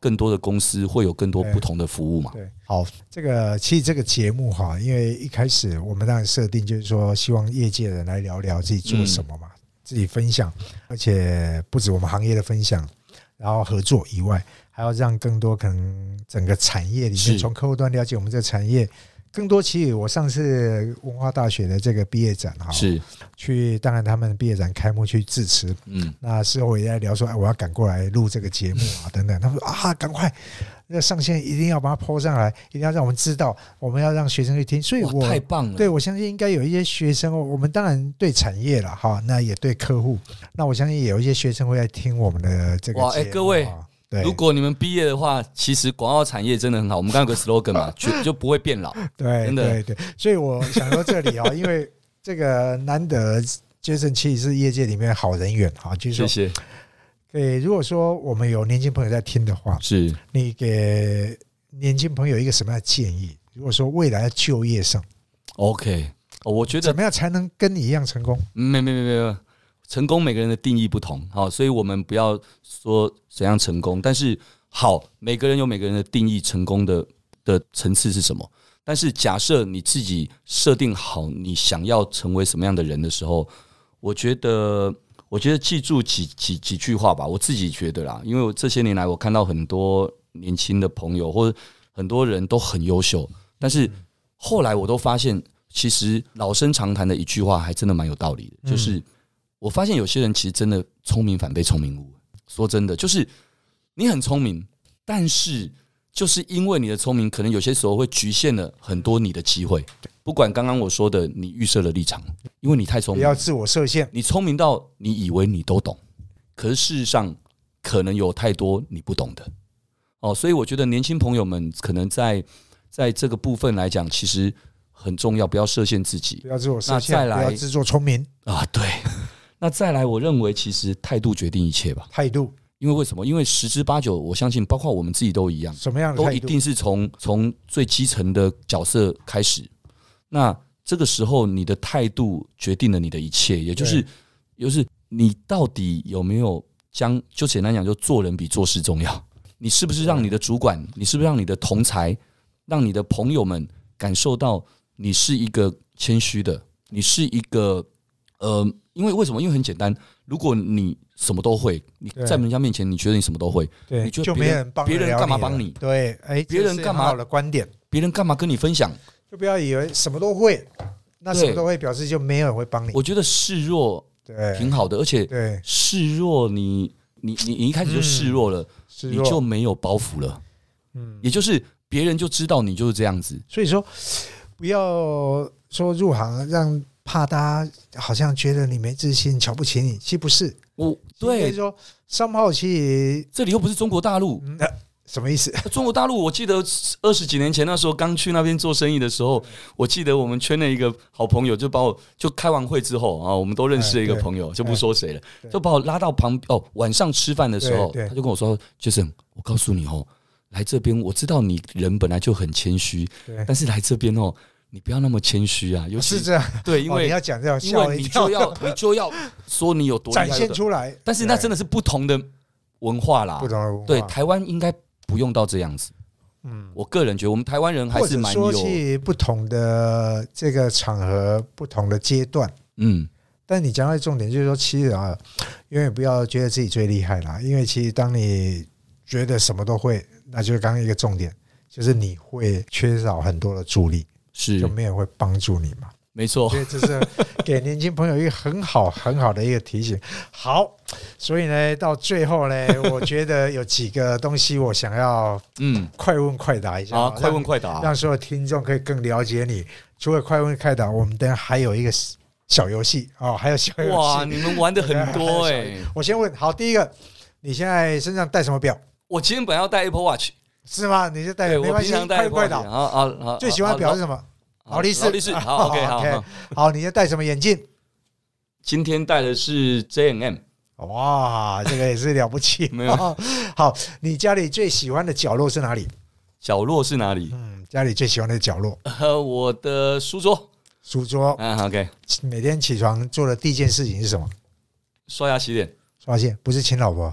更多的公司会有更多不同的服务嘛。 对，好，这个其实这个节目哈，因为一开始我们当然设定就是说，希望业界人来聊聊自己做什么嘛，嗯、自己分享，而且不止我们行业的分享，然后合作以外，还要让更多可能整个产业里面，从客户端了解我们这个产业。更多其实我上次文化大学的这个毕业展哈， 是去，当然他们毕业展开幕去致辞，嗯，那事后也在聊说，哎，我要赶过来录这个节目啊，等等。他们说啊，赶快，那上线一定要把它 po 上来，一定要让我们知道，我们要让学生去听。所以我太棒了， 对我相信应该有一些学生，我们当然对产业了哈，那也对客户，那我相信也有一些学生会来听我们的这个节目。哇，哎， 各位。如果你们毕业的话，其实广告产业真的很好。我们刚刚有个 slogan 嘛，就就不会变老。 对，对对。所以我想说这里啊，因为这个难得Jason其实是业界里面好人缘哈，就是说，谢谢。对，如果说我们有年轻朋友在听的话，是你给年轻朋友一个什么样的建议？如果说未来的就业上 ，OK， 我觉得怎么样才能跟你一样成功？ 没没没没。成功每个人的定义不同，好，所以我们不要说怎样成功，但是好，每个人有每个人的定义，成功的的层次是什么？但是假设你自己设定好你想要成为什么样的人的时候，我觉得，我觉得记住几几几句话吧。我自己觉得啦，因为我这些年来我看到很多年轻的朋友或者很多人都很优秀，但是后来我都发现，其实老生常谈的一句话还真的蛮有道理的，就是。我发现有些人其实真的聪明反被聪明误。说真的，就是你很聪明，但是就是因为你的聪明，可能有些时候会局限了很多你的机会。不管刚刚我说的，你预设了立场，因为你太聪明， 不要自我设限。 你聪明到你以为你都懂，可是事实上可能有太多你不懂的。哦，所以我觉得年轻朋友们可能在在这个部分来讲，其实很重要，不要设限自己， 不要自我设限，不要自作聪明啊，对。那再来，我认为其实态度决定一切吧。 态度， 因为为什么？因为十之八九，我相信包括我们自己都一样， 什么样的态度都一定是从从最基层的角色开始。那这个时候，你的态度决定了你的一切，也就是，就是你到底有没有将，就简单讲，就做人比做事重要。你是不是让你的主管，你是不是让你的同才，让你的朋友们感受到你是一个谦虚的，你是一个呃。因为为什么？因为很简单，如果你什么都会，你在人家面前你觉得你什么都会， 对， 你觉得就没人帮， 别人干嘛帮你？ 对，哎， 别人干嘛？ 的观点， 别人干嘛跟你分享？ 就不要以为什么都会，那什么都会表示就没有人会帮你。 我觉得示弱对挺好的，而且对示弱你，你你你一开始就示弱了，嗯、你就没有包袱了。嗯，也就是别人就知道你就是这样子。 所以说，不要说入行让。怕大家好像觉得你没自信，瞧不起你，其实不是。 我对说商贸其实这里又不是中国大陆， 嗯、什么意思？ 中国大陆，我记得二十几年前那时候刚去那边做生意的时候，我记得我们圈内一个好朋友就把我就开完会之后啊，我们都认识的一个朋友，就不说谁了，就把我拉到旁哦，晚上吃饭的时候，他就跟我说 ：“Jason， 我告诉你哦，来这边我知道你人本来就很谦虚，但是来这边哦。”你不要那么谦虚啊！尤其是这样， 对，因为、 哦、你要讲这样， 因为你就要你就要说你有多厉害展现出来。 但是那真的是不同的文化啦， 不同的文化。 对，台湾应该不用到这样子。嗯，我个人觉得我们台湾人还是蛮有， 或者说去不同的这个场合、不同的阶段。嗯，但你讲到重点就是说，其实啊，永远不要觉得自己最厉害啦，因为其实当你觉得什么都会，那就是刚刚一个重点，就是你会缺少很多的助力。 是， 就没有人会帮助你嘛？ 没错， 所以这是给年轻朋友一个很好很好的一个提醒。好，所以呢，到最后呢，我觉得有几个东西我想要嗯快问快答一下啊，快问快答， 让所有听众可以更了解你。除了快问快答，我们等下还有一个小游戏哦，还有小游戏。 哇，你们玩的很多哎、欸！ 我先问，好，第一个，你现在身上戴什么表？ 我今天本来要戴 Apple Watch。 是吗？你就戴，没关系，快快打。 好好好， 最喜欢的表是什么？劳力士。 劳力士。好 ，OK， 好。 OK， 好，你在戴什么眼镜？ 今天戴的是 J and M。 哇，这个也是了不起。没有。好，你家里最喜欢的角落是哪里？ 角落是哪里？ 嗯，家里最喜欢的角落。 呃，我的书桌。 书桌。 嗯 ，OK。 每天起床做的第一件事情是什么？ 刷牙洗脸。 刷牙，不是亲老婆。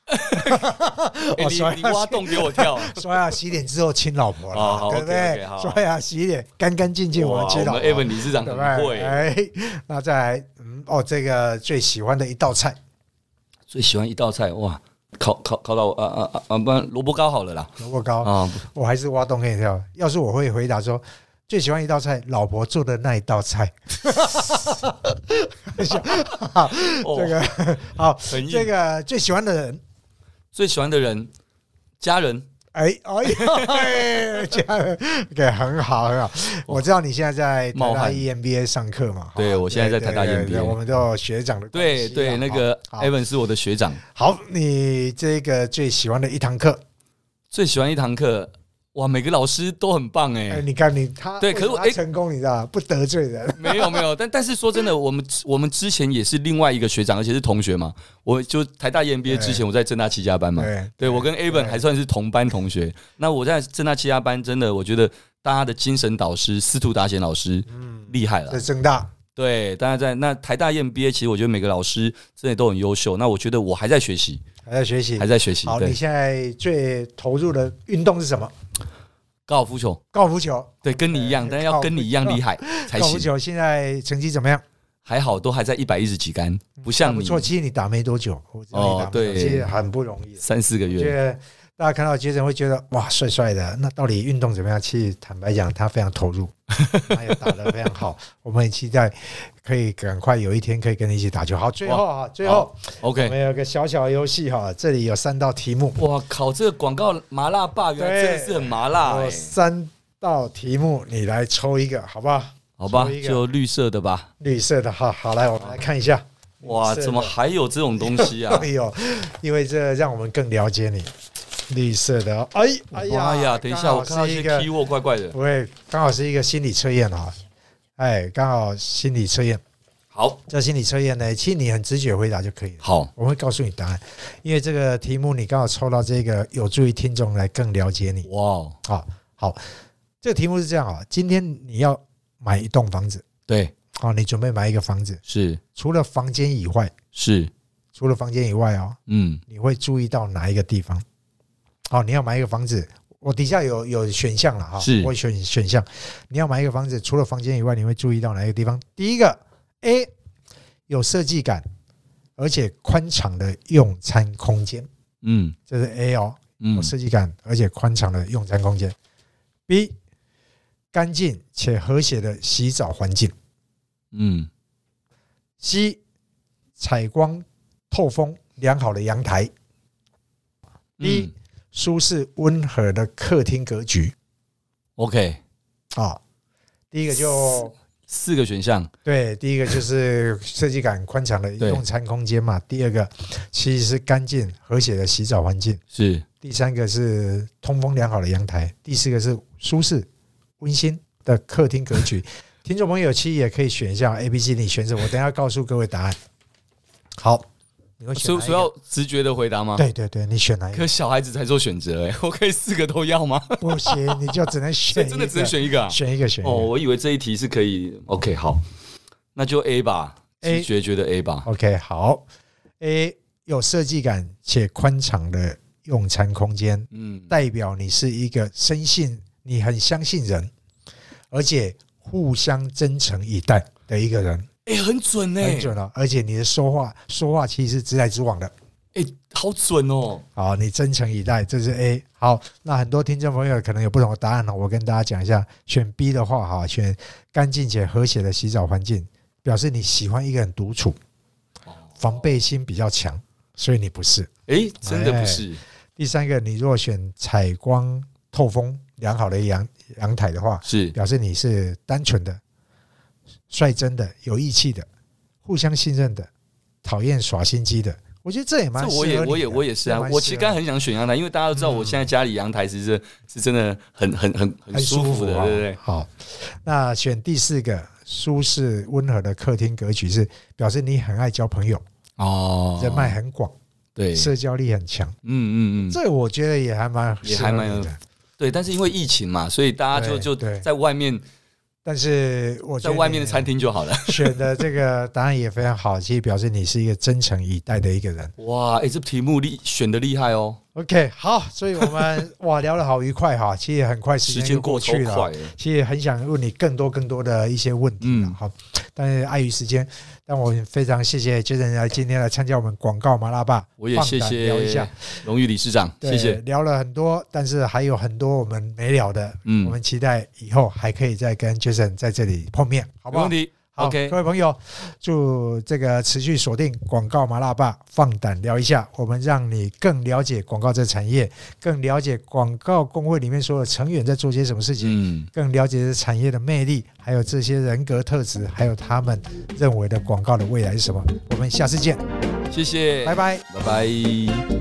欸、你你挖洞给我跳， 刷牙洗脸之后亲老婆了， 哦、 对不对？ okay, okay, 刷牙洗脸干干净净，我亲老婆。 我们 Evan 理事长很会。 哎，那再来，嗯，哦，这个最喜欢的一道菜， 最喜欢一道菜，哇，烤烤烤到啊啊啊啊，不然萝卜糕好了啦， 萝卜糕啊， 我还是挖洞给你跳。要是我会回答说。最喜欢一道菜，老婆做的那一道菜。好，这个好，这个最喜欢的人， 最喜欢的人，家人。 哎哎，家人 ，OK， 很好很好。我知道你现在在台大 E M B A 上课嘛？ 对，我现在在台大 E M B A， 我们都有学长的关系。 对对，那个 Evan 是我的学长。 好，你这个最喜欢的一堂课， 最喜欢一堂课。哇，每个老师都很棒哎、欸！ 你看你他对，可是他成功，你知道不得罪人。 没有没有，但但是说真的，我们我们之前也是另外一个学长，而且是同学嘛。我就台大 E M B A 之前，我在政大七家班嘛。对，对我跟 Evan 还算是同班同学。那我在政大七家班，真的我觉得大家的精神导师司徒达贤老师，嗯，厉害了。 在政大。 对，大家在那台大 E M B A， 其实我觉得每个老师真的都很优秀。那我觉得我还在学习， 还在学习， 还在学习。 好，你现在最投入的运动是什么？ 高尔夫球， 高尔夫球， 对，跟你一样，但是要跟你一样厉害才行。 高尔夫球现在成绩怎么样？ 还好，都还在一百一十几杆，不像你。 不错，其实你打没多久，我知道你打没多久，其实很不容易， 三四个月。 觉得大家看到杰森会觉得哇，帅帅的。那到底运动怎么样？其实坦白讲，他非常投入，他也打得非常好。我们很期待可以赶快有一天可以跟你一起打球。好，最后啊，最后 ，OK， 我们有个小小的游戏哈，这里有三道题目。 哇靠，这个广告麻辣爸原来真的是很麻辣哎、欸！ 三道题目，你来抽一个，好不好？ 好吧，就绿色的吧。 绿色的，好好来，我们来看一下。 哇，怎么还有这种东西啊？ 哎呦，因为这让我们更了解你。绿色的，哎哎呀， 呀，等一下，我看到一些 keyword 怪怪的。 不会，刚好是一个心理测验啊。哎，刚好心理测验。 好， 这心理测验呢，其实你很直觉回答就可以了。 好， 我会告诉你答案，因为这个题目你刚好抽到这个，有助于听众来更了解你。 哇， 好，好，这个题目是这样啊，今天你要买一栋房子， 对， 好，你准备买一个房子， 是， 除了房间以外， 是， 除了房间以外哦， 嗯， 你会注意到哪一个地方？好，你要买一个房子，我底下有有选项了哈， 是， 我选选项，你要买一个房子，除了房间以外，你会注意到哪一个地方？第一个 A 有设计感，而且宽敞的用餐空间，嗯，这是 A 哦，有设计感而且宽敞的用餐空间。B 干净且和谐的洗澡环境，嗯。C 采光透风良好的阳台。D、嗯、舒适温和的客厅格局。OK， 啊，第一个就四个选项。 对，第一个就是设计感宽敞的用餐空间嘛。第二个其实是干净和谐的洗澡环境。是。第三个是通风良好的阳台。第四个是舒适温馨的客厅格局。听众朋友其实也可以选一下 A、B、C， 你选什么？我等一下告诉各位答案。好。 所以要直觉的回答吗？ 对对对，你选哪一个？ 可小孩子才做选择哎、欸，我可以四个都要吗？ 不行，你就只能选一个， 真的只能选一个、啊， 选一个选一个。 哦，我以为这一题是可以。OK， 好，那就 A 吧，直觉觉得 A 吧。 OK， 好 ，A 有设计感且宽敞的用餐空间，嗯，代表你是一个深信你很相信人，而且互相真诚以待的一个人。 哎、欸，很准哎、欸， 很准哦！而且你的说话说话其实是直来直往的， 哎、欸，好准哦！ 好，你真诚以待，这是 A。好，那很多听众朋友可能有不同的答案呢，我跟大家讲一下。选 B 的话，哈，选干净且和谐的洗澡环境，表示你喜欢一个人独处，防备心比较强，所以你不是。 哎、欸，真的不是、欸。 第三个，你如果选采光透风良好的阳阳台的话，是表示你是单纯的。率真的、有义气的、互相信任的、讨厌耍心机的，我觉得这也蛮适合你的。 我也我也我也是啊！我其实刚才很想选阳台，因为大家都知道我现在家里阳台其实是真的很很很很舒服的，对不对？ 好，那选第四个舒适温和的客厅格局是表示你很爱交朋友哦，人脉很广，对，社交力很强。嗯嗯嗯，这我觉得也还蛮也还蛮的。对，但是因为疫情嘛，所以大家就就在外面。 但是我觉得在外面的餐厅就好了。 选的这个答案也非常好，其实表示你是一个真诚以待的一个人。 哇，哎、欸，这题目厉选的厉害哦。 OK， 好，所以我们哇聊得好愉快哈，其实很快时间就过去了， 快其实很想问你更多更多的一些问题了，好、嗯，但是碍于时间，但我非常谢谢Jason来今天来参加我们广告麻辣吧， 我也谢谢聊一下荣誉理事长，谢谢， 聊了很多，但是还有很多我们没聊的，嗯，我们期待以后还可以再跟Jason在这里碰面，好不好？ 没问题。 好， OK， 各位朋友，祝这个持续锁定广告麻辣吧，放胆聊一下，我们让你更了解广告这产业，更了解广告工会里面所有成员在做些什么事情，嗯，更了解这产业的魅力，还有这些人格特质，还有他们认为的广告的未来是什么。我们下次见， 谢谢， 拜拜， 拜拜。